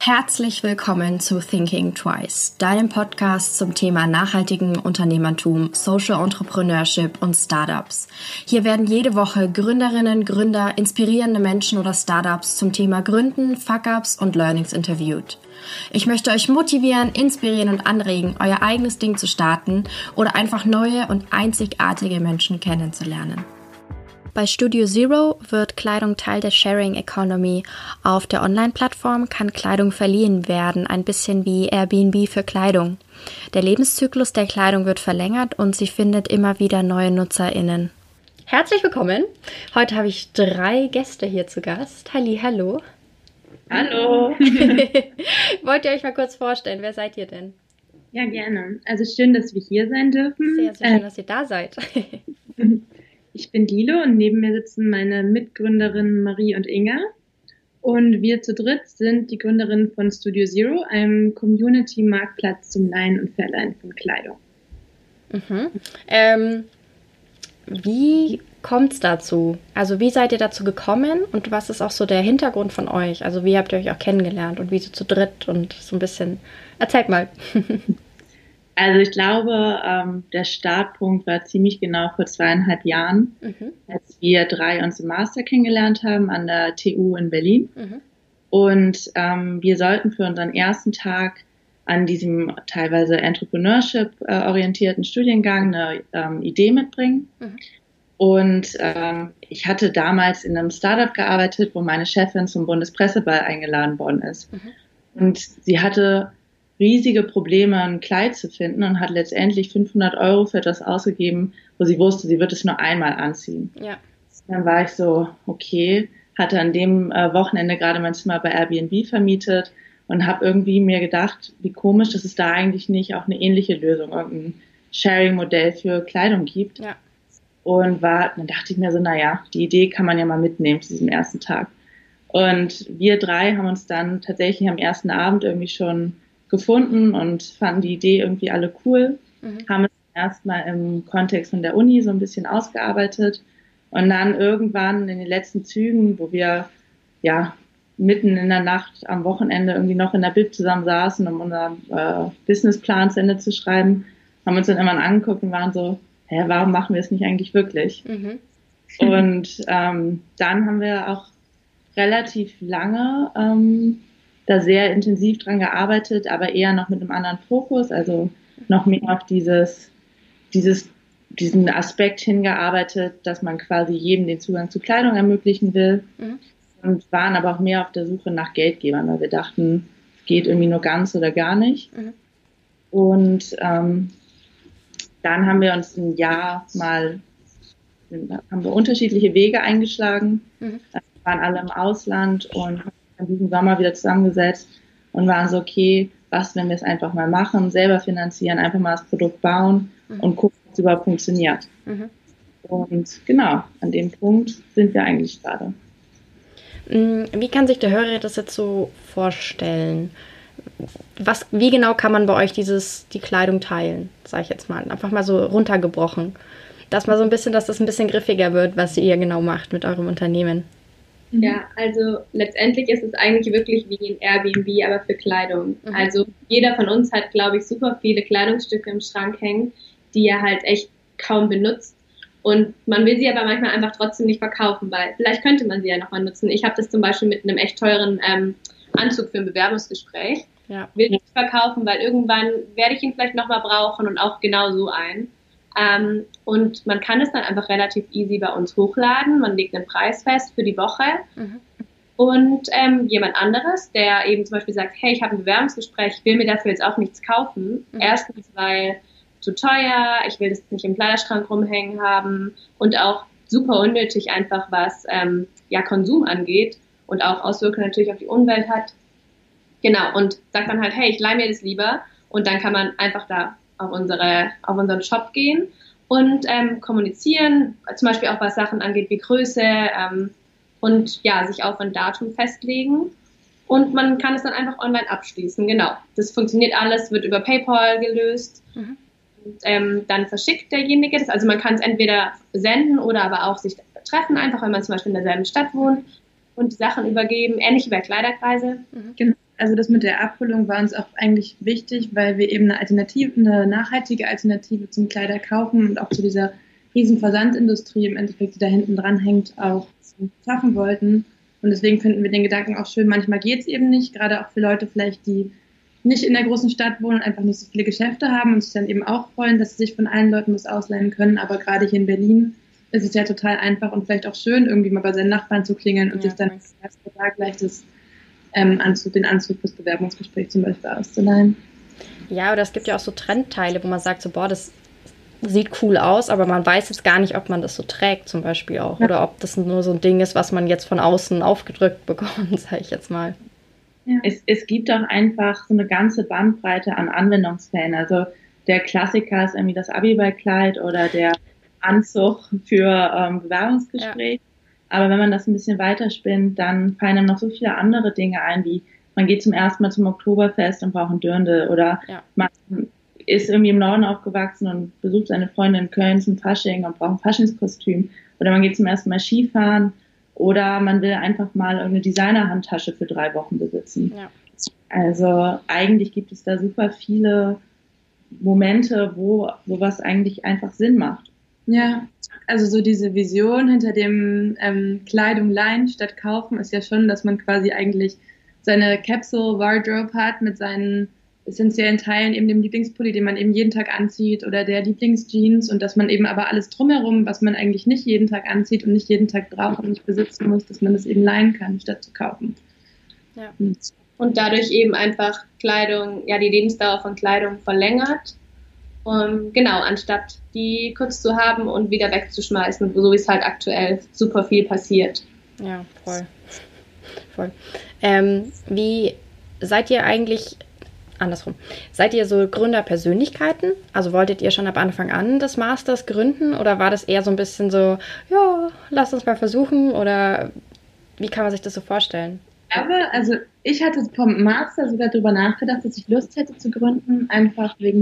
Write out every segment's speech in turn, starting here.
Herzlich willkommen zu Thinking Twice, deinem Podcast zum Thema nachhaltigen Unternehmertum, Social Entrepreneurship und Startups. Hier werden jede Woche Gründerinnen, Gründer, inspirierende Menschen oder Startups zum Thema Gründen, Fuck-Ups und Learnings interviewt. Ich möchte euch motivieren, inspirieren und anregen, euer eigenes Ding zu starten oder einfach neue und einzigartige Menschen kennenzulernen. Bei Studio Zero wird Kleidung Teil der Sharing Economy. Auf der Online-Plattform kann Kleidung verliehen werden, ein bisschen wie Airbnb für Kleidung. Der Lebenszyklus der Kleidung wird verlängert und sie findet immer wieder neue NutzerInnen. Herzlich willkommen! Heute habe ich 3 Gäste hier zu Gast. Hallo. Hallo! Wollt ihr euch mal kurz vorstellen? Wer seid ihr denn? Ja, gerne. Also schön, dass wir hier sein dürfen. Sehr schön, dass ihr da seid. Ich bin Lilo und neben mir sitzen meine Mitgründerinnen Marie und Inga. Und wir zu dritt sind die Gründerinnen von Studio Zero, einem Community-Marktplatz zum Leihen und Verleihen von Kleidung. Wie kommt es dazu? Also wie seid ihr dazu gekommen und was ist auch so der Hintergrund von euch? Also wie habt ihr euch auch kennengelernt und wie so zu dritt und so ein bisschen... Erzählt mal. Also ich glaube, der Startpunkt war ziemlich genau vor 2,5 Jahren, als wir 3 uns im Master kennengelernt haben an der TU in Berlin. Und wir sollten für unseren ersten Tag an diesem teilweise Entrepreneurship-orientierten Studiengang eine Idee mitbringen. Und ich hatte damals in einem Startup gearbeitet, wo meine Chefin zum Bundespresseball eingeladen worden ist. Und sie hatte riesige Probleme, ein Kleid zu finden und hat letztendlich 500 € für etwas ausgegeben, wo sie wusste, sie wird es nur einmal anziehen. Ja. Dann war ich so, okay, hatte an dem Wochenende gerade mein Zimmer bei Airbnb vermietet und habe irgendwie mir gedacht, wie komisch, dass es da eigentlich nicht auch eine ähnliche Lösung, irgendein Sharing-Modell für Kleidung gibt. Ja. Und dann dachte ich mir so, naja, die Idee kann man ja mal mitnehmen zu diesem ersten Tag. Und wir 3 haben uns dann tatsächlich am ersten Abend irgendwie schon gefunden und fanden die Idee irgendwie alle cool, haben es erstmal im Kontext von der Uni so ein bisschen ausgearbeitet und dann irgendwann in den letzten Zügen, wo wir ja mitten in der Nacht am Wochenende irgendwie noch in der Bib zusammen saßen, um unseren Businessplan zu Ende zu schreiben, haben uns dann immer angeguckt und waren so, warum machen wir es nicht eigentlich wirklich? Und dann haben wir auch relativ lange da sehr intensiv dran gearbeitet, aber eher noch mit einem anderen Fokus, also noch mehr auf diesen Aspekt hingearbeitet, dass man quasi jedem den Zugang zu Kleidung ermöglichen will und waren aber auch mehr auf der Suche nach Geldgebern, weil wir dachten, es geht irgendwie nur ganz oder gar nicht. Und dann haben wir uns ein Jahr haben wir unterschiedliche Wege eingeschlagen, waren alle im Ausland und in diesem Sommer wieder zusammengesetzt und waren so, okay, was, wenn wir es einfach mal machen, selber finanzieren, einfach mal das Produkt bauen und gucken, ob es überhaupt funktioniert. Und genau, an dem Punkt sind wir eigentlich gerade. Wie kann sich der Hörer das jetzt so vorstellen? Wie genau kann man bei euch die Kleidung teilen, sage ich jetzt mal, einfach mal so runtergebrochen, dass das ein bisschen griffiger wird, was ihr genau macht mit eurem Unternehmen? Ja, also letztendlich ist es eigentlich wirklich wie ein Airbnb, aber für Kleidung. Also jeder von uns hat, glaube ich, super viele Kleidungsstücke im Schrank hängen, die er halt echt kaum benutzt. Und man will sie aber manchmal einfach trotzdem nicht verkaufen, weil vielleicht könnte man sie ja nochmal nutzen. Ich habe das zum Beispiel mit einem echt teuren Anzug für ein Bewerbungsgespräch. Ja. Will nicht verkaufen, weil irgendwann werde ich ihn vielleicht nochmal brauchen und auch genau so ein. Und man kann es dann einfach relativ easy bei uns hochladen. Man legt einen Preis fest für die Woche. Und jemand anderes, der eben zum Beispiel sagt, hey, ich habe ein Bewerbungsgespräch, ich will mir dafür jetzt auch nichts kaufen. Erstens, weil zu teuer, ich will das nicht im Kleiderschrank rumhängen haben und auch super unnötig einfach, was Konsum angeht und auch Auswirkungen natürlich auf die Umwelt hat. Genau, und sagt dann halt, hey, ich leihe mir das lieber und dann kann man einfach da auf unseren Shop gehen und kommunizieren, zum Beispiel auch was Sachen angeht wie Größe und ja, sich auf ein Datum festlegen und man kann es dann einfach online abschließen. Genau, das funktioniert alles, wird über PayPal gelöst und dann verschickt derjenige das, also man kann es entweder senden oder aber auch sich treffen, einfach wenn man zum Beispiel in derselben Stadt wohnt und die Sachen übergeben, ähnlich wie bei Kleiderkreise. also das mit der Abholung war uns auch eigentlich wichtig, weil wir eben eine nachhaltige Alternative zum Kleiderkaufen und auch zu dieser riesen Versandindustrie im Endeffekt, die da hinten dran hängt, auch schaffen wollten. Und deswegen finden wir den Gedanken auch schön. Manchmal geht es eben nicht, gerade auch für Leute vielleicht, die nicht in der großen Stadt wohnen, einfach nicht so viele Geschäfte haben und sich dann eben auch freuen, dass sie sich von allen Leuten was ausleihen können. Aber gerade hier in Berlin ist es ja total einfach und vielleicht auch schön, irgendwie mal bei seinen Nachbarn zu klingeln und sich dann als erster Tag gleich den Anzug fürs Bewerbungsgespräch zum Beispiel auszuleihen. Ja, oder es gibt ja auch so Trendteile, wo man sagt, so, boah, das sieht cool aus, aber man weiß jetzt gar nicht, ob man das so trägt zum Beispiel auch. Ja. Oder ob das nur so ein Ding ist, was man jetzt von außen aufgedrückt bekommt, sage ich jetzt mal. Ja. Es gibt auch einfach so eine ganze Bandbreite an Anwendungsfällen. Also der Klassiker ist irgendwie das Abiballkleid oder der Anzug für Bewerbungsgespräch. Ja. Aber wenn man das ein bisschen weiterspinnt, dann fallen einem noch so viele andere Dinge ein, wie man geht zum ersten Mal zum Oktoberfest und braucht einen Dirndl oder man ist irgendwie im Norden aufgewachsen und besucht seine Freundin in Köln zum Fasching und braucht ein Faschingskostüm oder man geht zum ersten Mal Skifahren oder man will einfach mal irgendeine Designerhandtasche für 3 Wochen besitzen. Ja. Also eigentlich gibt es da super viele Momente, wo sowas eigentlich einfach Sinn macht. Ja, also so diese Vision hinter dem Kleidung leihen statt kaufen ist ja schon, dass man quasi eigentlich seine Capsule Wardrobe hat mit seinen essentiellen Teilen, eben dem Lieblingspulli, den man eben jeden Tag anzieht oder der Lieblingsjeans und dass man eben aber alles drumherum, was man eigentlich nicht jeden Tag anzieht und nicht jeden Tag braucht und nicht besitzen muss, dass man das eben leihen kann, statt zu kaufen. Ja. Und dadurch eben einfach Kleidung, ja, die Lebensdauer von Kleidung verlängert. Genau, anstatt die kurz zu haben und wieder wegzuschmeißen, so wie es halt aktuell super viel passiert. Ja, voll. Wie seid ihr eigentlich, andersrum, seid ihr so Gründerpersönlichkeiten? Also wolltet ihr schon ab Anfang an des Masters gründen oder war das eher so ein bisschen so, ja, lass uns mal versuchen oder wie kann man sich das so vorstellen? Aber, also ich hatte vom Master sogar darüber nachgedacht, dass ich Lust hätte zu gründen, einfach wegen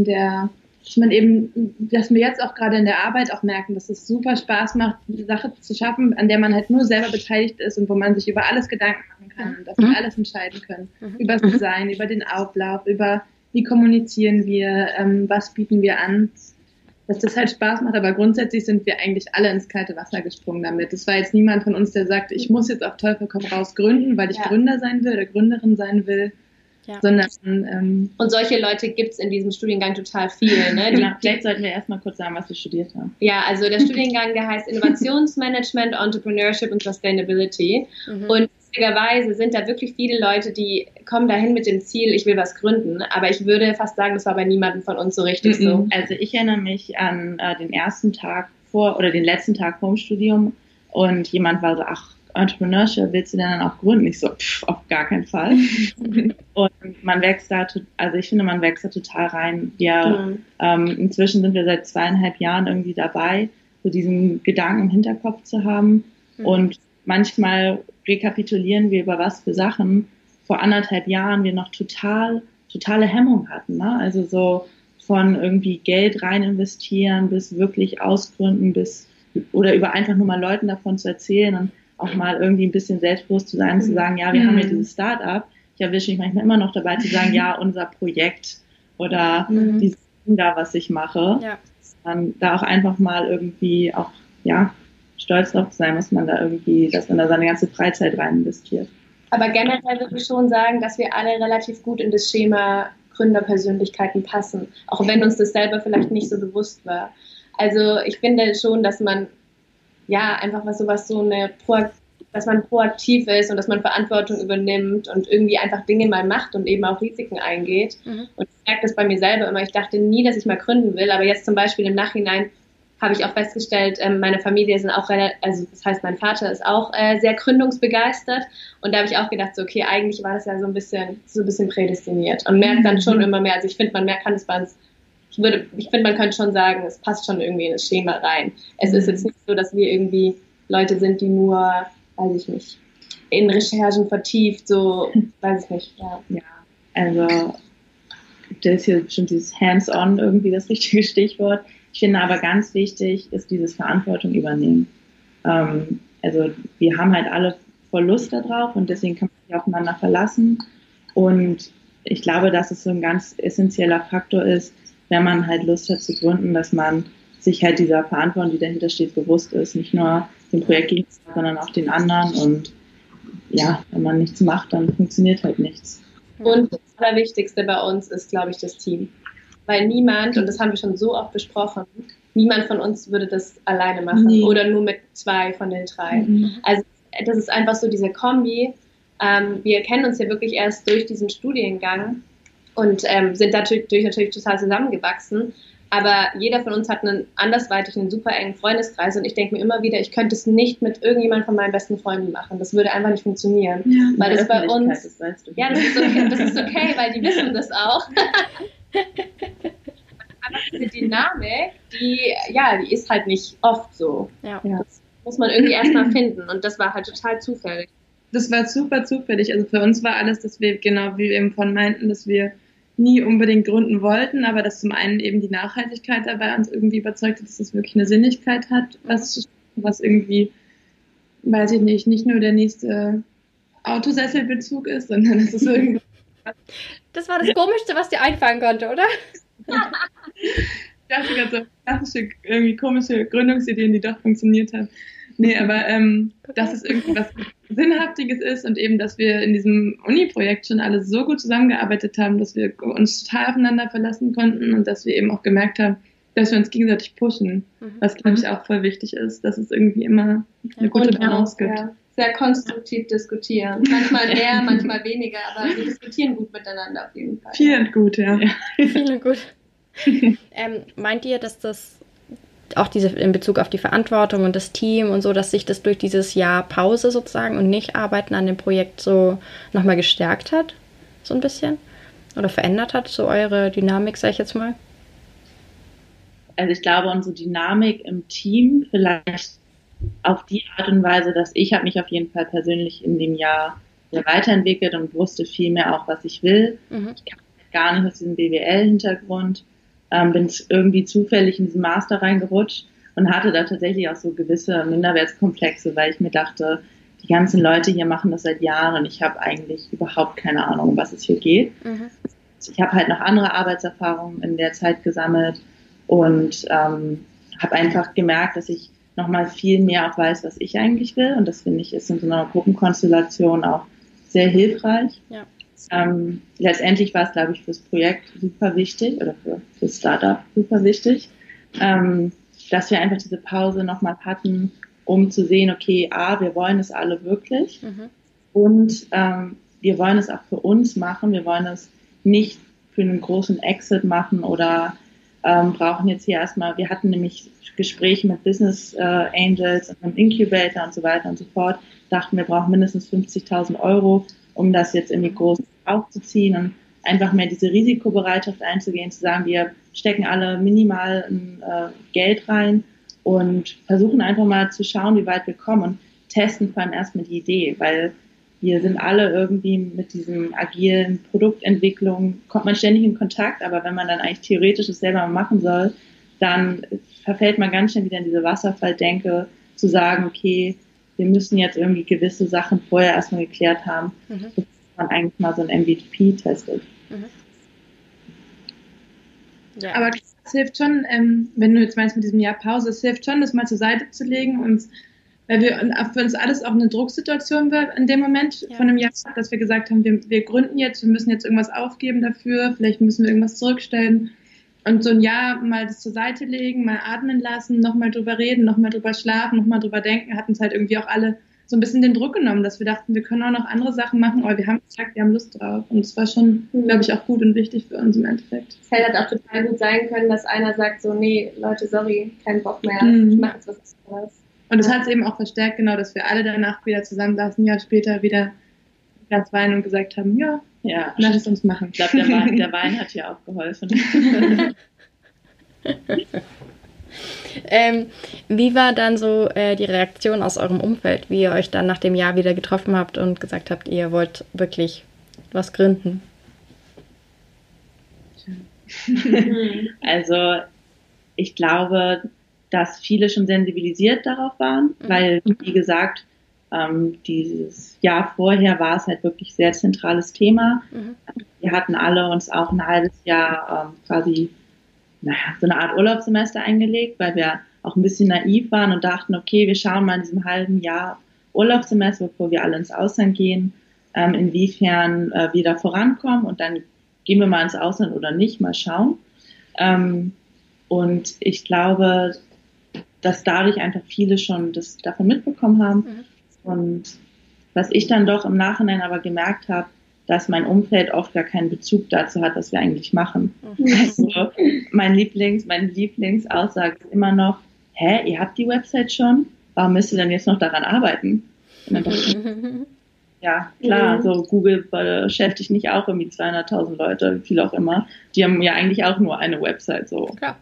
dass wir jetzt auch gerade in der Arbeit auch merken, dass es super Spaß macht, eine Sache zu schaffen, an der man halt nur selber beteiligt ist und wo man sich über alles Gedanken machen kann, dass wir alles entscheiden können. Über das Design, über den Ablauf, über wie kommunizieren wir, was bieten wir an. Dass das halt Spaß macht, aber grundsätzlich sind wir eigentlich alle ins kalte Wasser gesprungen damit. Es war jetzt niemand von uns, der sagt, ich muss jetzt auf Teufel komm raus gründen, weil ich Gründer sein will oder Gründerin sein will. Ja. Sondern, und solche Leute gibt es in diesem Studiengang total viel. Ne? Genau. Vielleicht sollten wir erstmal kurz sagen, was wir studiert haben. Ja, also der Studiengang, der heißt Innovationsmanagement, Entrepreneurship und Sustainability. Und lustigerweise sind da wirklich viele Leute, die kommen dahin mit dem Ziel, ich will was gründen. Aber ich würde fast sagen, das war bei niemandem von uns so richtig so. Also ich erinnere mich an den ersten Tag den letzten Tag vor dem Studium und jemand war so, ach, Entrepreneurship, willst du denn dann auch gründen? Ich so, auf gar keinen Fall. Und man wächst da, also ich finde, man wächst da total rein. Inzwischen sind wir seit 2,5 Jahren irgendwie dabei, so diesen Gedanken im Hinterkopf zu haben. Und manchmal rekapitulieren wir, über was für Sachen vor 1,5 Jahren wir noch totale Hemmung hatten. Ne? Also so von irgendwie Geld rein investieren bis wirklich ausgründen oder über einfach nur mal Leuten davon zu erzählen und auch mal irgendwie ein bisschen selbstbewusst zu sein, zu sagen, ja, wir haben hier dieses Start-up. Ich erwische mich manchmal immer noch dabei zu sagen, ja, unser Projekt oder dieses Ding da, was ich mache. Ja. Dann da auch einfach mal irgendwie auch, ja, stolz drauf zu sein, dass man da seine ganze Freizeit rein investiert. Aber generell würde ich schon sagen, dass wir alle relativ gut in das Schema Gründerpersönlichkeiten passen, auch wenn uns das selber vielleicht nicht so bewusst war. Also ich finde schon, dass man einfach dass man proaktiv ist und dass man Verantwortung übernimmt und irgendwie einfach Dinge mal macht und eben auch Risiken eingeht. Und ich merke das bei mir selber immer. Ich dachte nie, dass ich mal gründen will, aber jetzt zum Beispiel im Nachhinein habe ich auch festgestellt, meine Familie sind auch das heißt, mein Vater ist auch sehr gründungsbegeistert und da habe ich auch gedacht, so, okay, eigentlich war das ja so ein bisschen prädestiniert und merkt dann schon immer mehr. Also ich finde, man könnte schon sagen, es passt schon irgendwie in das Schema rein. Es ist jetzt nicht so, dass wir irgendwie Leute sind, die nur, weiß ich nicht, in Recherchen vertieft, so, weiß ich nicht. Ja, also das ist hier bestimmt dieses Hands-on irgendwie das richtige Stichwort. Ich finde aber ganz wichtig ist dieses Verantwortung übernehmen. Also wir haben halt alle voll Lust da drauf und deswegen kann man sich aufeinander verlassen. Und ich glaube, dass es so ein ganz essentieller Faktor ist, wenn man halt Lust hat zu gründen, dass man sich halt dieser Verantwortung, die dahinter steht, bewusst ist. Nicht nur dem Projekt gegenüber, sondern auch den anderen. Und ja, wenn man nichts macht, dann funktioniert halt nichts. Und das Allerwichtigste bei uns ist, glaube ich, das Team. Weil niemand, und das haben wir schon so oft besprochen, niemand von uns würde das alleine machen oder nur mit 2 von den 3. Also das ist einfach so diese Kombi. Wir kennen uns ja wirklich erst durch diesen Studiengang und sind dadurch natürlich total zusammengewachsen. Aber jeder von uns hat andersweitig einen super engen Freundeskreis und ich denke mir immer wieder, ich könnte es nicht mit irgendjemand von meinen besten Freunden machen. Das würde einfach nicht funktionieren. Ja, weil das bei uns. Das weißt du. Ja, das ist okay, weil die wissen das auch. Aber diese Dynamik, die ist halt nicht oft so. Ja. Das muss man irgendwie erstmal finden und das war halt total zufällig. Das war super zufällig. Also für uns war alles, dass wir, genau wie wir eben von meinten, dass wir nie unbedingt gründen wollten, aber dass zum einen eben die Nachhaltigkeit dabei uns irgendwie überzeugt hat, dass das wirklich eine Sinnigkeit hat, was irgendwie, weiß ich nicht nur der nächste Autosesselbezug ist, sondern dass es irgendwie... Das war das Komischste, was dir einfallen konnte, oder? Ich dachte gerade so klassische, irgendwie komische Gründungsideen, die doch funktioniert haben. Nee, aber dass es irgendwie was Sinnhaftiges ist und eben, dass wir in diesem Uni-Projekt schon alle so gut zusammengearbeitet haben, dass wir uns total aufeinander verlassen konnten und dass wir eben auch gemerkt haben, dass wir uns gegenseitig pushen, was, glaube ich, auch voll wichtig ist, dass es irgendwie immer eine gute Balance gibt. Ja. Sehr konstruktiv diskutieren. Manchmal mehr, manchmal weniger, aber wir diskutieren gut miteinander auf jeden Fall. Viel und gut, ja. Viel und gut. Meint ihr, dass das auch diese in Bezug auf die Verantwortung und das Team und so, dass sich das durch dieses Jahr Pause sozusagen und nicht arbeiten an dem Projekt so nochmal gestärkt hat? So ein bisschen? Oder verändert hat, so eure Dynamik, sag ich jetzt mal? Also ich glaube, unsere Dynamik im Team vielleicht auf die Art und Weise, dass ich habe mich auf jeden Fall persönlich in dem Jahr sehr weiterentwickelt und wusste viel mehr auch, was ich will. Ich kam gar nicht aus diesem BWL-Hintergrund, bin irgendwie zufällig in diesen Master reingerutscht und hatte da tatsächlich auch so gewisse Minderwertskomplexe, weil ich mir dachte, die ganzen Leute hier machen das seit Jahren und ich habe eigentlich überhaupt keine Ahnung, um was es hier geht. Ich habe halt noch andere Arbeitserfahrungen in der Zeit gesammelt und habe einfach gemerkt, dass ich nochmal viel mehr auch weiß, was ich eigentlich will. Und das finde ich ist in so einer Gruppenkonstellation auch sehr hilfreich. Ja. Letztendlich war es, glaube ich, fürs Projekt super wichtig oder für das Startup super wichtig, dass wir einfach diese Pause nochmal hatten, um zu sehen, okay, wir wollen es alle wirklich und wir wollen es auch für uns machen. Wir wollen es nicht für einen großen Exit machen oder brauchen jetzt hier erstmal, wir hatten nämlich Gespräche mit Business Angels und einem Incubator und so weiter und so fort, dachten, wir brauchen mindestens 50.000 Euro, um das jetzt irgendwie groß aufzuziehen und einfach mehr diese Risikobereitschaft einzugehen, zu sagen, wir stecken alle minimal Geld rein und versuchen einfach mal zu schauen, wie weit wir kommen und testen vor allem erstmal die Idee, weil wir sind alle irgendwie mit diesem agilen Produktentwicklung, kommt man ständig in Kontakt, aber wenn man dann eigentlich theoretisch es selber machen soll, dann verfällt man ganz schnell wieder in diese Wasserfalldenke, zu sagen, okay, wir müssen jetzt irgendwie gewisse Sachen vorher erstmal geklärt haben, bevor man eigentlich mal so ein MVP testet. Ja. Aber es hilft schon, wenn du jetzt meinst mit diesem Jahr Pause, es hilft schon, das mal zur Seite zu legen und weil für uns alles auch eine Drucksituation war in dem Moment von einem Jahr, dass wir gesagt haben, wir gründen jetzt, wir müssen jetzt irgendwas aufgeben dafür, vielleicht müssen wir irgendwas zurückstellen und so ein Jahr mal das zur Seite legen, mal atmen lassen, nochmal drüber reden, nochmal drüber schlafen, nochmal drüber denken, hat uns halt irgendwie auch alle so ein bisschen den Druck genommen, dass wir dachten, wir können auch noch andere Sachen machen, aber wir haben gesagt, wir haben Lust drauf und es war schon, glaube ich, auch gut und wichtig für uns im Endeffekt. Es hätte auch total gut sein können, dass einer sagt so, nee, Leute, sorry, kein Bock mehr, ich mache jetzt was anderes. Und das hat es eben auch verstärkt, genau, dass wir alle danach wieder zusammensaßen, ein Jahr später wieder ein Glas Wein und gesagt haben, ja, lass es uns machen. Ich glaube, der Wein hat ja auch geholfen. Wie war dann so die Reaktion aus eurem Umfeld, wie ihr euch dann nach dem Jahr wieder getroffen habt und gesagt habt, ihr wollt wirklich was gründen? Also ich glaube, dass viele schon sensibilisiert darauf waren, weil, wie gesagt, Dieses Jahr vorher war es halt wirklich sehr zentrales Thema. Wir hatten alle uns auch ein halbes Jahr quasi so eine Art Urlaubssemester eingelegt, weil wir auch ein bisschen naiv waren und dachten, okay, wir schauen mal in diesem halben Jahr Urlaubssemester, bevor wir alle ins Ausland gehen, inwiefern wir da vorankommen und dann gehen wir mal ins Ausland oder nicht, mal schauen. Und ich glaube, dass dadurch einfach viele schon das davon mitbekommen haben. Und was ich dann doch im Nachhinein aber gemerkt habe, dass mein Umfeld oft gar keinen Bezug dazu hat, was wir eigentlich machen. Also meine Lieblingsaussage ist immer noch, ihr habt die Website schon? Warum müsst ihr denn jetzt noch daran arbeiten? Und dann dachte ich, ja, klar, so Google beschäftigt nicht auch irgendwie 200.000 Leute, wie viel auch immer. Die haben ja eigentlich auch nur eine Website, so. Klar.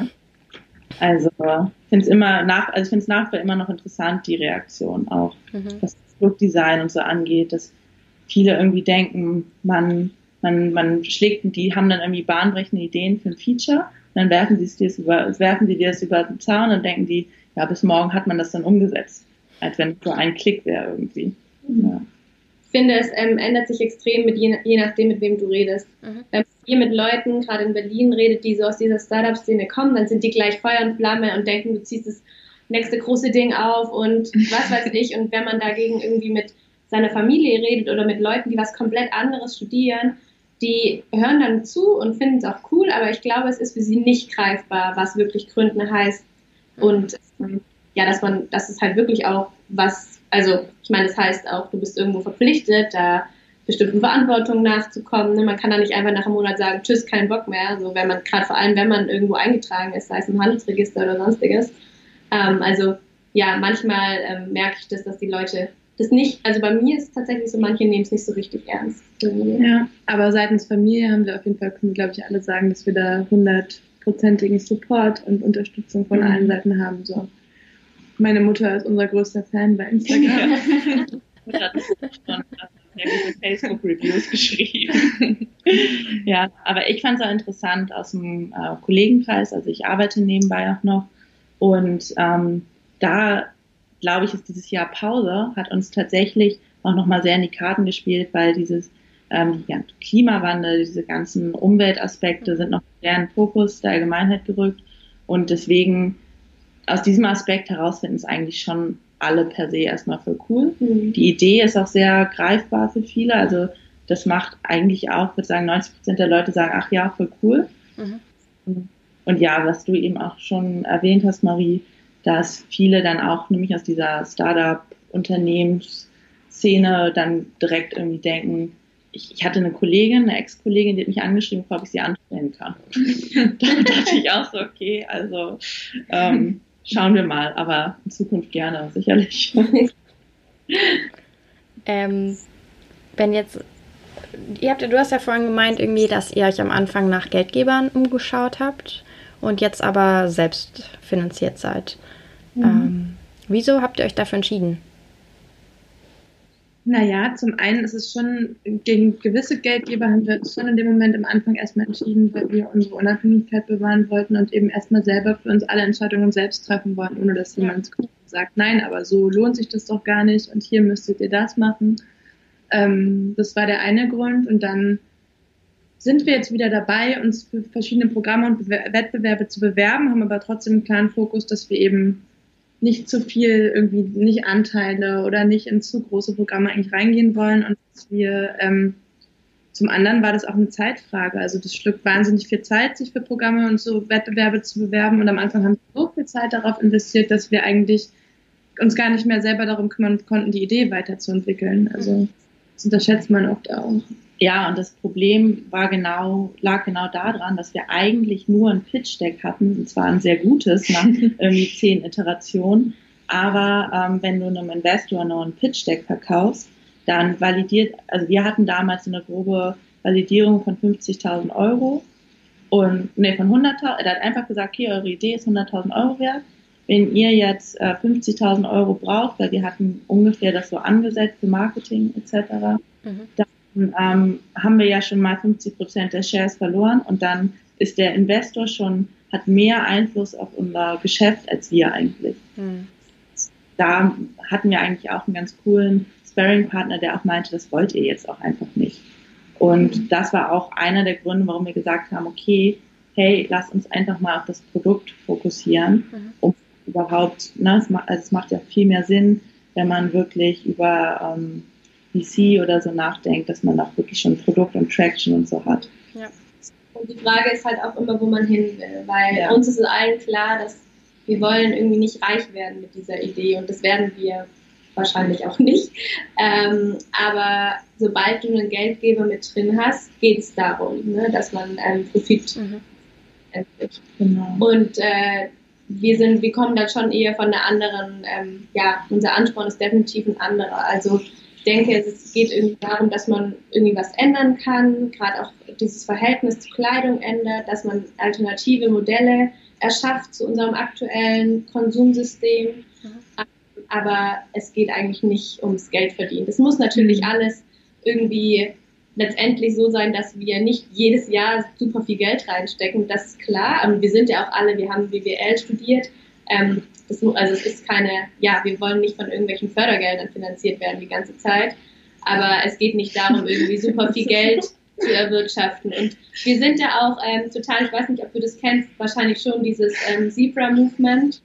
Also, ich finde es nach wie vor immer noch interessant, die Reaktion auch, was das Produktdesign und so angeht, dass viele irgendwie denken, man schlägt, die haben dann irgendwie bahnbrechende Ideen für ein Feature, und dann werfen sie dir das über den Zaun und denken die, ja, bis morgen hat man das dann umgesetzt, als wenn es so ein Klick wäre irgendwie. Ja. Ich finde, es ändert sich extrem je nachdem, mit wem du redest. Wenn man hier mit Leuten, gerade in Berlin, redet, die so aus dieser Startup-Szene kommen, dann sind die gleich Feuer und Flamme und denken, du ziehst das nächste große Ding auf und was weiß ich. Und wenn man dagegen irgendwie mit seiner Familie redet oder mit Leuten, die was komplett anderes studieren, die hören dann zu und finden es auch cool, aber ich glaube, es ist für sie nicht greifbar, was wirklich Gründen heißt. Und ja, dass es halt wirklich auch also ich meine, es heißt auch, du bist irgendwo verpflichtet, da bestimmten Verantwortungen nachzukommen. Ne? Man kann da nicht einfach nach einem Monat sagen, tschüss, kein Bock mehr. So, vor allem, wenn man irgendwo eingetragen ist, sei es im Handelsregister oder sonstiges. Also ja, manchmal merke ich das, dass die Leute das nicht, also bei mir ist es tatsächlich so, manche nehmen es nicht so richtig ernst. Ja, aber seitens Familie haben wir auf jeden Fall, können wir, glaube ich, alle sagen, dass wir da 100%igen Support und Unterstützung von allen Seiten haben. So. Meine Mutter ist unser größter Fan bei Instagram. Mutter hat schon sehr gute Facebook-Reviews geschrieben. Ja, aber ich fand es auch interessant aus dem Kollegenkreis, also ich arbeite nebenbei auch noch und da glaube ich, ist dieses Jahr Pause, hat uns tatsächlich auch nochmal sehr in die Karten gespielt, weil dieses Klimawandel, diese ganzen Umweltaspekte sind noch sehr in den Fokus der Allgemeinheit gerückt und deswegen aus diesem Aspekt heraus finden es eigentlich schon alle per se erstmal voll cool. Die Idee ist auch sehr greifbar für viele, also das macht eigentlich auch, ich würde sagen, 90% der Leute sagen, ach ja, voll cool. Und ja, was du eben auch schon erwähnt hast, Marie, dass viele dann auch nämlich aus dieser Startup-Unternehmensszene dann direkt irgendwie denken, ich hatte eine Ex-Kollegin, die hat mich angeschrieben, ob ich sie anstellen kann. Da dachte ich auch so, okay, also schauen wir mal, aber in Zukunft gerne, sicherlich. Wenn jetzt, du hast ja vorhin gemeint, irgendwie, dass ihr euch am Anfang nach Geldgebern umgeschaut habt und jetzt aber selbst finanziert seid. Wieso habt ihr euch dafür entschieden? Naja, zum einen ist es schon, gegen gewisse Geldgeber haben wir uns schon in dem Moment am Anfang erstmal entschieden, weil wir unsere Unabhängigkeit bewahren wollten und eben erstmal selber für uns alle Entscheidungen selbst treffen wollten, ohne dass jemand sagt, nein, aber so lohnt sich das doch gar nicht und hier müsstet ihr das machen. Das war der eine Grund und dann sind wir jetzt wieder dabei, uns für verschiedene Programme und Wettbewerbe zu bewerben, haben aber trotzdem einen klaren Fokus, dass wir eben nicht zu viel, irgendwie nicht Anteile oder nicht in zu große Programme eigentlich reingehen wollen und dass wir, zum anderen war das auch eine Zeitfrage, also das schluckt wahnsinnig viel Zeit, sich für Programme und so Wettbewerbe zu bewerben und am Anfang haben wir so viel Zeit darauf investiert, dass wir eigentlich uns gar nicht mehr selber darum kümmern konnten, die Idee weiterzuentwickeln, also das unterschätzt man oft auch. Ja, und das Problem lag genau daran, dass wir eigentlich nur ein Pitch-Deck hatten, und zwar ein sehr gutes, nach irgendwie 10 Iterationen. Aber wenn du einem Investor nur ein Pitch-Deck verkaufst, dann also wir hatten damals eine grobe Validierung von 50.000 Euro von 100.000. Er hat einfach gesagt, okay, eure Idee ist 100.000 Euro wert. Wenn ihr jetzt 50.000 Euro braucht, weil wir hatten ungefähr das so angesetzt für Marketing etc., dann haben wir ja schon mal 50% der Shares verloren und dann ist der Investor hat mehr Einfluss auf unser Geschäft als wir eigentlich. da hatten wir eigentlich auch einen ganz coolen Sparring-Partner, der auch meinte, das wollt ihr jetzt auch einfach nicht. Und das war auch einer der Gründe, warum wir gesagt haben, okay, hey, lass uns einfach mal auf das Produkt fokussieren, um überhaupt, ne, es macht ja viel mehr Sinn, wenn man wirklich über VC oder so nachdenkt, dass man auch wirklich schon Produkt und Traction und so hat. Ja. Und die Frage ist halt auch immer, wo man hin will, weil uns ist allen klar, dass wir wollen irgendwie nicht reich werden mit dieser Idee und das werden wir wahrscheinlich auch nicht. Aber sobald du einen Geldgeber mit drin hast, geht es darum, ne, dass man Profit entwickelt. Genau. Und wir kommen dann schon eher von einer anderen, unser Ansporn ist definitiv ein anderer. Also ich denke, es geht irgendwie darum, dass man irgendwie was ändern kann, gerade auch dieses Verhältnis zu Kleidung ändert, dass man alternative Modelle erschafft zu unserem aktuellen Konsumsystem. Aber es geht eigentlich nicht ums Geld verdienen. Das muss natürlich alles irgendwie letztendlich so sein, dass wir nicht jedes Jahr super viel Geld reinstecken. Das ist klar. Aber wir sind ja auch alle, wir haben BWL studiert. Es ist wir wollen nicht von irgendwelchen Fördergeldern finanziert werden die ganze Zeit. Aber es geht nicht darum, irgendwie super viel Geld zu erwirtschaften. Und wir sind ja auch total, ich weiß nicht, ob du das kennst, wahrscheinlich schon, dieses Zebra-Movement.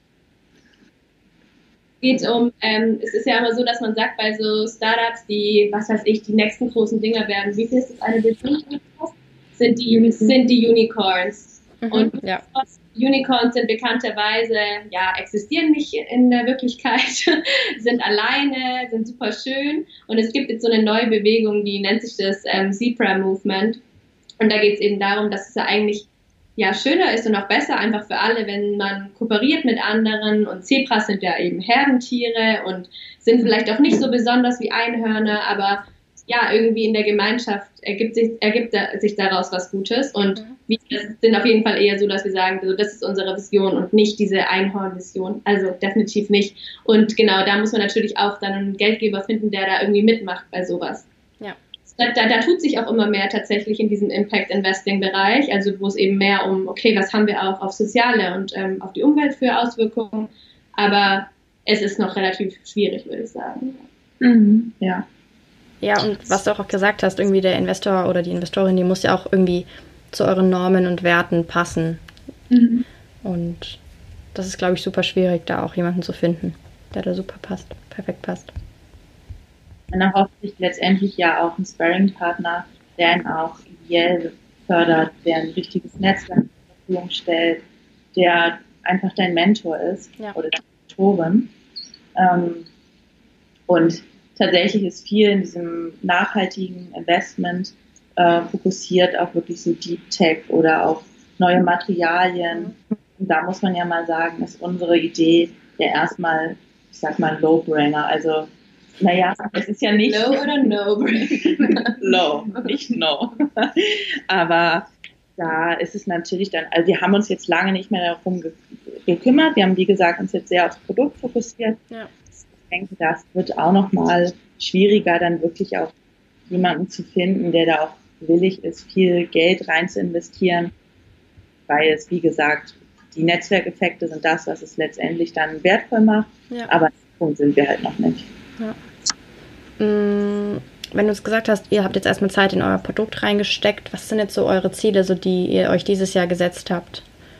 Es ist ja immer so, dass man sagt, bei so Startups, die, was weiß ich, die nächsten großen Dinger werden, wie viel ist das eine Billion? Sind die Unicorns. Und Unicorns sind bekannterweise, existieren nicht in der Wirklichkeit, sind alleine, sind super schön. Und es gibt jetzt so eine neue Bewegung, die nennt sich das Zebra-Movement. Und da geht es eben darum, dass es ja eigentlich schöner ist und auch besser einfach für alle, wenn man kooperiert mit anderen. Und Zebras sind ja eben Herdentiere und sind vielleicht auch nicht so besonders wie Einhörner, aber irgendwie in der Gemeinschaft ergibt sich daraus was Gutes. Und wir sind auf jeden Fall eher so, dass wir sagen, also das ist unsere Vision und nicht diese Einhorn-Vision. Also definitiv nicht. Und genau, da muss man natürlich auch dann einen Geldgeber finden, der da irgendwie mitmacht bei sowas. Ja. Da tut sich auch immer mehr tatsächlich in diesem Impact-Investing-Bereich, also wo es eben mehr um, okay, was haben wir auch auf soziale und auf die Umwelt für Auswirkungen, aber es ist noch relativ schwierig, würde ich sagen. Ja, und was du auch gesagt hast, irgendwie der Investor oder die Investorin, die muss ja auch irgendwie zu euren Normen und Werten passen. Und das ist, glaube ich, super schwierig, da auch jemanden zu finden, der da super passt, perfekt passt. Man erhofft sich letztendlich ja auch einen Sparring-Partner, der ihn auch ideell fördert, der ein richtiges Netzwerk zur Verfügung stellt, der einfach dein Mentor ist oder deine Mentorin. Und tatsächlich ist viel in diesem nachhaltigen Investment fokussiert auf wirklich so Deep Tech oder auf neue Materialien. Und da muss man ja mal sagen, ist unsere Idee ja erstmal, ich sag mal, Low-Brainer. Also es ist ja nicht... Low oder No-Brainer? Low, nicht No. Aber da ist es natürlich dann, also wir haben uns jetzt lange nicht mehr darum gekümmert. Wir haben, wie gesagt, uns jetzt sehr aufs Produkt fokussiert. Ja. Ich denke, das wird auch nochmal schwieriger, dann wirklich auch jemanden zu finden, der da auch willig ist, viel Geld rein zu investieren, weil es, wie gesagt, die Netzwerkeffekte sind das, was es letztendlich dann wertvoll macht. Ja. Aber an dem Punkt sind wir halt noch nicht. Ja. Wenn du es gesagt hast, ihr habt jetzt erstmal Zeit in euer Produkt reingesteckt, was sind jetzt so eure Ziele, so die ihr euch dieses Jahr gesetzt habt?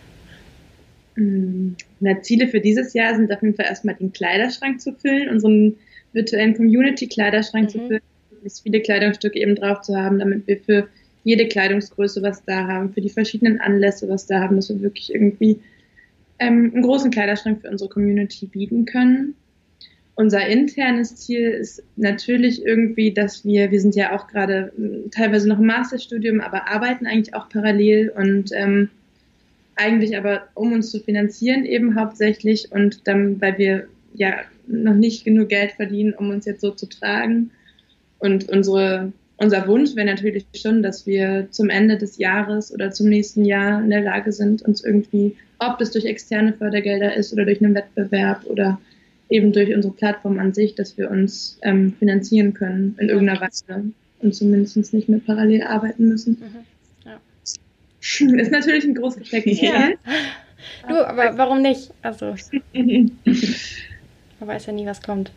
Ziele für dieses Jahr sind auf jeden Fall erstmal den Kleiderschrank zu füllen, unseren virtuellen Community-Kleiderschrank zu füllen, möglichst viele Kleidungsstücke eben drauf zu haben, damit wir für jede Kleidungsgröße was da haben, für die verschiedenen Anlässe was da haben, dass wir wirklich irgendwie einen großen Kleiderschrank für unsere Community bieten können. Unser internes Ziel ist natürlich irgendwie, dass wir sind ja auch gerade teilweise noch im Masterstudium, aber arbeiten eigentlich auch parallel und eigentlich aber, um uns zu finanzieren eben hauptsächlich und dann, weil wir ja noch nicht genug Geld verdienen, um uns jetzt so zu tragen. Und unser Wunsch wäre natürlich schon, dass wir zum Ende des Jahres oder zum nächsten Jahr in der Lage sind, uns irgendwie, ob das durch externe Fördergelder ist oder durch einen Wettbewerb oder eben durch unsere Plattform an sich, dass wir uns finanzieren können in irgendeiner Weise und zumindest nicht mehr parallel arbeiten müssen. Ja. Ist natürlich ein groß gestecktes Ziel. Du, aber warum nicht? Also. Man weiß ja nie, was kommt.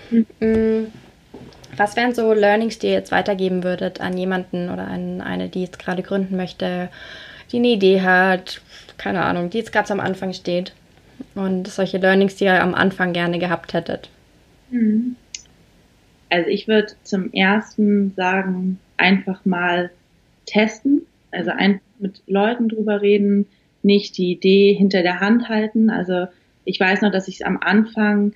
Was wären so Learnings, die ihr jetzt weitergeben würdet an jemanden oder an eine, die jetzt gerade gründen möchte, die eine Idee hat, keine Ahnung, die jetzt gerade am Anfang steht und solche Learnings, die ihr am Anfang gerne gehabt hättet? Also ich würde zum ersten sagen, einfach mal testen, also einfach mit Leuten drüber reden, nicht die Idee hinter der Hand halten. Also ich weiß noch, dass ich es am Anfang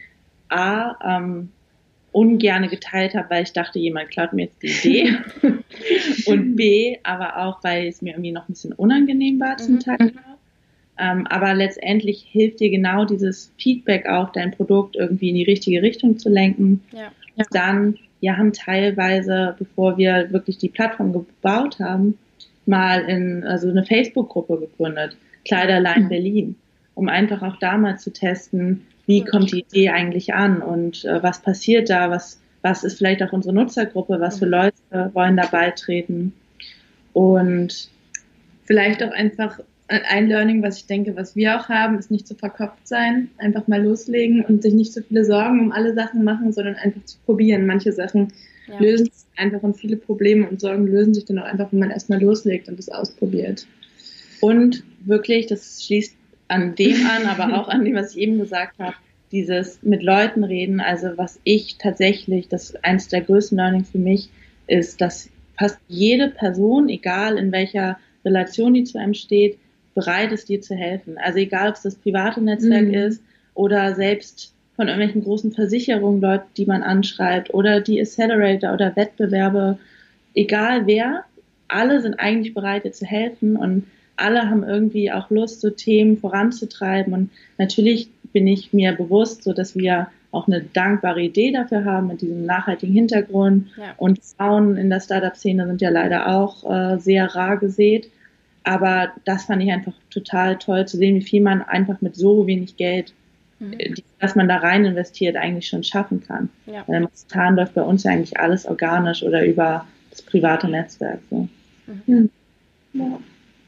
ungerne geteilt habe, weil ich dachte, jemand klaut mir jetzt die Idee. Und B, aber auch, weil es mir irgendwie noch ein bisschen unangenehm war zum Teil. Aber letztendlich hilft dir genau dieses Feedback auch, dein Produkt irgendwie in die richtige Richtung zu lenken. Ja. Dann, wir haben teilweise, bevor wir wirklich die Plattform gebaut haben, mal eine Facebook-Gruppe gegründet, Kleiderline Berlin, um einfach auch da mal zu testen, wie kommt die Idee eigentlich an und was passiert da, was ist vielleicht auch unsere Nutzergruppe, was für Leute wollen da beitreten. Und vielleicht auch einfach ein Learning, was ich denke, was wir auch haben, ist nicht zu verkopft sein, einfach mal loslegen und sich nicht so viele Sorgen um alle Sachen machen, sondern einfach zu probieren. Manche Sachen lösen sich einfach und viele Probleme und Sorgen lösen sich dann auch einfach, wenn man erstmal loslegt und es ausprobiert. Und wirklich, das schließt an dem an, aber auch an dem, was ich eben gesagt habe, dieses mit Leuten reden, also was ich tatsächlich, das eins der größten Learnings für mich ist, dass fast jede Person, egal in welcher Relation die zu einem steht, bereit ist, dir zu helfen. Also egal, ob es das private Netzwerk ist oder selbst von irgendwelchen großen Versicherungen, Leute, die man anschreibt oder die Accelerator oder Wettbewerbe, egal wer, alle sind eigentlich bereit, dir zu helfen und alle haben irgendwie auch Lust, so Themen voranzutreiben. Und natürlich bin ich mir bewusst, so dass wir auch eine dankbare Idee dafür haben mit diesem nachhaltigen Hintergrund. Ja. Und Frauen in der Startup-Szene sind ja leider auch sehr rar gesät. Aber das fand ich einfach total toll zu sehen, wie viel man einfach mit so wenig Geld, dass man da rein investiert, eigentlich schon schaffen kann. Ja. Weil momentan läuft bei uns ja eigentlich alles organisch oder über das private Netzwerk. So. Ja.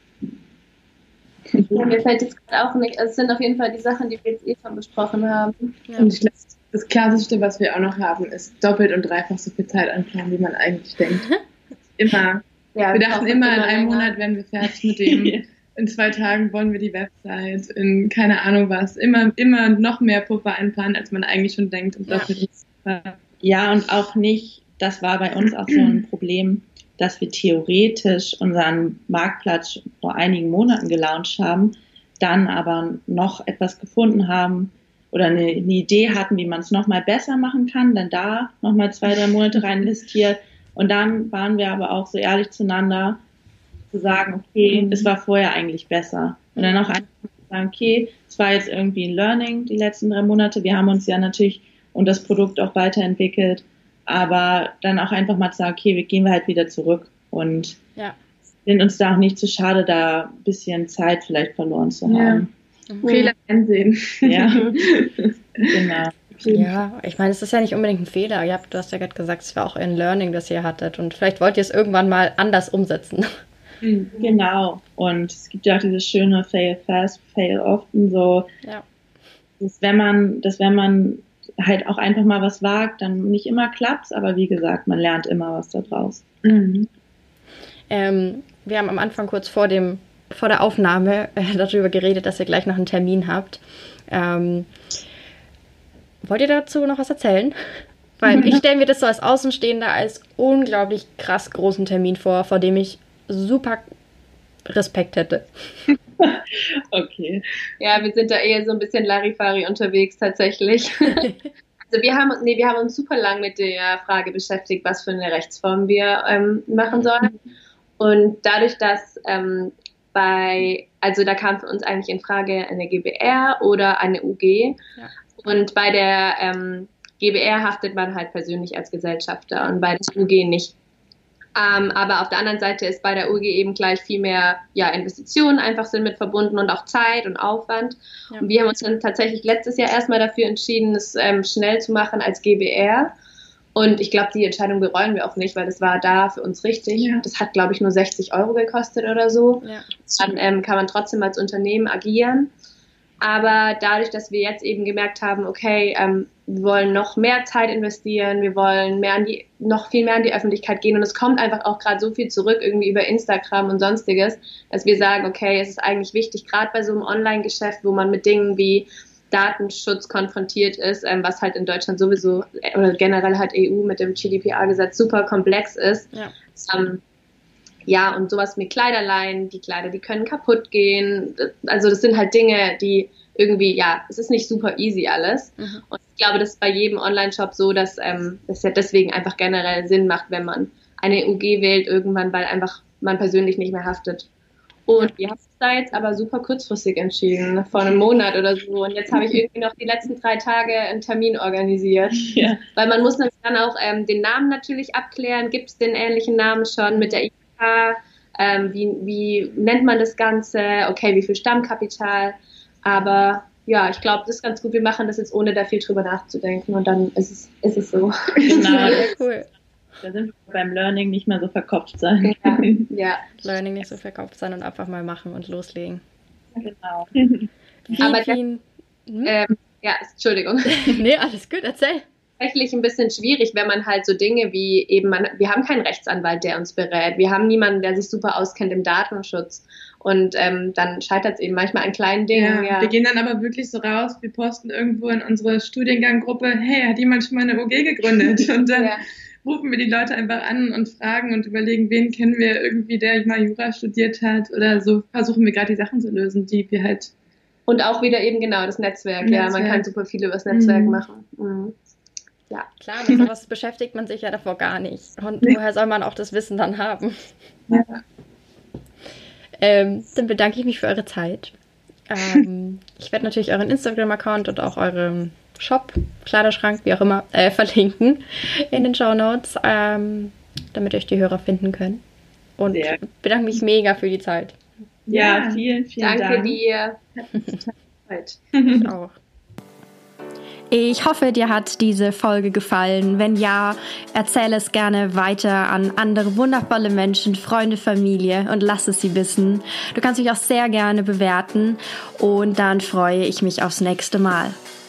Ja, mir fällt jetzt gerade auch nicht, also es sind auf jeden Fall die Sachen, die wir jetzt schon besprochen haben. Ja. Und ich glaube, das Klassischste, was wir auch noch haben, ist doppelt und dreifach so viel Zeit anplanen, wie man eigentlich denkt. Immer. Ja, wir dachten immer, in einem Monat werden wir fertig mit dem, in 2 Tagen wollen wir die Website, in keine Ahnung was, immer noch mehr Puffer einplanen, als man eigentlich schon denkt. Und ja, und auch nicht, das war bei uns auch so ein Problem, dass wir theoretisch unseren Marktplatz vor einigen Monaten gelauncht haben, dann aber noch etwas gefunden haben oder eine Idee hatten, wie man es nochmal besser machen kann, dann da nochmal 2-3 Monate rein investiert und dann waren wir aber auch so ehrlich zueinander, zu sagen, okay, es war vorher eigentlich besser. Und dann auch einfach zu sagen, okay, es war jetzt irgendwie ein Learning die letzten 3 Monate, wir haben uns ja natürlich und das Produkt auch weiterentwickelt, aber dann auch einfach mal zu sagen, okay, gehen wir halt wieder zurück und sind uns da auch nicht zu schade, da ein bisschen Zeit vielleicht verloren zu haben. Fehler einsehen. Ja, genau. Ja, ich meine, es ist ja nicht unbedingt ein Fehler. Ja, du hast ja gerade gesagt, es war auch ein Learning, das ihr hattet und vielleicht wollt ihr es irgendwann mal anders umsetzen. Genau. Und es gibt ja auch dieses schöne Fail fast, fail often so. Ja. Dass wenn man halt auch einfach mal was wagt, dann nicht immer klappt's, aber wie gesagt, man lernt immer was da draus. Wir haben am Anfang kurz vor der Aufnahme darüber geredet, dass ihr gleich noch einen Termin habt. Wollt ihr dazu noch was erzählen? Weil ich stelle mir das so als Außenstehender als unglaublich krass großen Termin vor dem ich super Respekt hätte. Okay. Ja, wir sind da eher so ein bisschen Larifari unterwegs tatsächlich. Also wir haben uns super lang mit der Frage beschäftigt, was für eine Rechtsform wir machen sollen. Und dadurch, dass da kam für uns eigentlich in Frage eine GbR oder eine UG. Ja. Und bei der GbR haftet man halt persönlich als Gesellschafter und bei der UG nicht. Aber auf der anderen Seite ist bei der UG eben gleich viel mehr Investitionen einfach sind mit verbunden und auch Zeit und Aufwand. Ja. Und wir haben uns dann tatsächlich letztes Jahr erstmal dafür entschieden, es schnell zu machen als GbR. Und ich glaube, die Entscheidung bereuen wir auch nicht, weil das war da für uns richtig. Ja. Das hat, glaube ich, nur 60 € gekostet oder so. Ja. Dann kann man trotzdem als Unternehmen agieren. Aber dadurch, dass wir jetzt eben gemerkt haben, okay, wir wollen noch mehr Zeit investieren, wir wollen noch viel mehr in die Öffentlichkeit gehen und es kommt einfach auch gerade so viel zurück, irgendwie über Instagram und sonstiges, dass wir sagen, okay, es ist eigentlich wichtig, gerade bei so einem Online-Geschäft, wo man mit Dingen wie Datenschutz konfrontiert ist, was halt in Deutschland sowieso oder generell halt EU mit dem GDPR-Gesetz super komplex ist. Ja, und sowas mit Kleiderleihen, die Kleider, die können kaputt gehen. Also das sind halt Dinge, die irgendwie, ja, es ist nicht super easy alles. Und ich glaube, das ist bei jedem Online-Shop so, dass es ja deswegen einfach generell Sinn macht, wenn man eine UG wählt irgendwann, weil einfach man persönlich nicht mehr haftet. Und wir haben uns da jetzt aber super kurzfristig entschieden, vor einem Monat oder so. Und jetzt habe ich irgendwie noch die letzten 3 Tage einen Termin organisiert. Ja. Weil man muss dann auch den Namen natürlich abklären. Gibt es den ähnlichen Namen schon mit der IK? Wie nennt man das Ganze? Okay, wie viel Stammkapital? Aber ja, ich glaube, das ist ganz gut. Wir machen das jetzt, ohne da viel drüber nachzudenken. Und dann ist es so. Genau, cool. Da sind wir beim Learning nicht mehr so verkopft sein. Ja. Learning nicht so verkopft sein und einfach mal machen und loslegen. Genau. Entschuldigung. Nee, alles gut, erzähl. Tatsächlich ein bisschen schwierig, wenn man halt so Dinge wie eben, wir haben keinen Rechtsanwalt, der uns berät. Wir haben niemanden, der sich super auskennt im Datenschutz. Und dann scheitert es eben manchmal an kleinen Dingen. Ja. Wir gehen dann aber wirklich so raus, wir posten irgendwo in unsere Studienganggruppe, hey, hat jemand schon mal eine OG gegründet? Und dann rufen wir die Leute einfach an und fragen und überlegen, wen kennen wir irgendwie, der mal Jura studiert hat, oder so versuchen wir gerade die Sachen zu lösen, die wir halt... Und auch wieder eben genau das Netzwerk. Ja, man kann super viel über das Netzwerk machen. Ja. Klar, mit sowas beschäftigt man sich ja davor gar nicht. Und woher soll man auch das Wissen dann haben? Ja. Dann bedanke ich mich für eure Zeit. Ich werde natürlich euren Instagram-Account und auch euren Shop, Kleiderschrank, wie auch immer, verlinken in den Shownotes, damit euch die Hörer finden können. Und bedanke mich mega für die Zeit. Ja, vielen Dank. Danke dir. Ich auch. Ich hoffe, dir hat diese Folge gefallen. Wenn ja, erzähle es gerne weiter an andere wundervolle Menschen, Freunde, Familie und lass es sie wissen. Du kannst mich auch sehr gerne bewerten und dann freue ich mich aufs nächste Mal.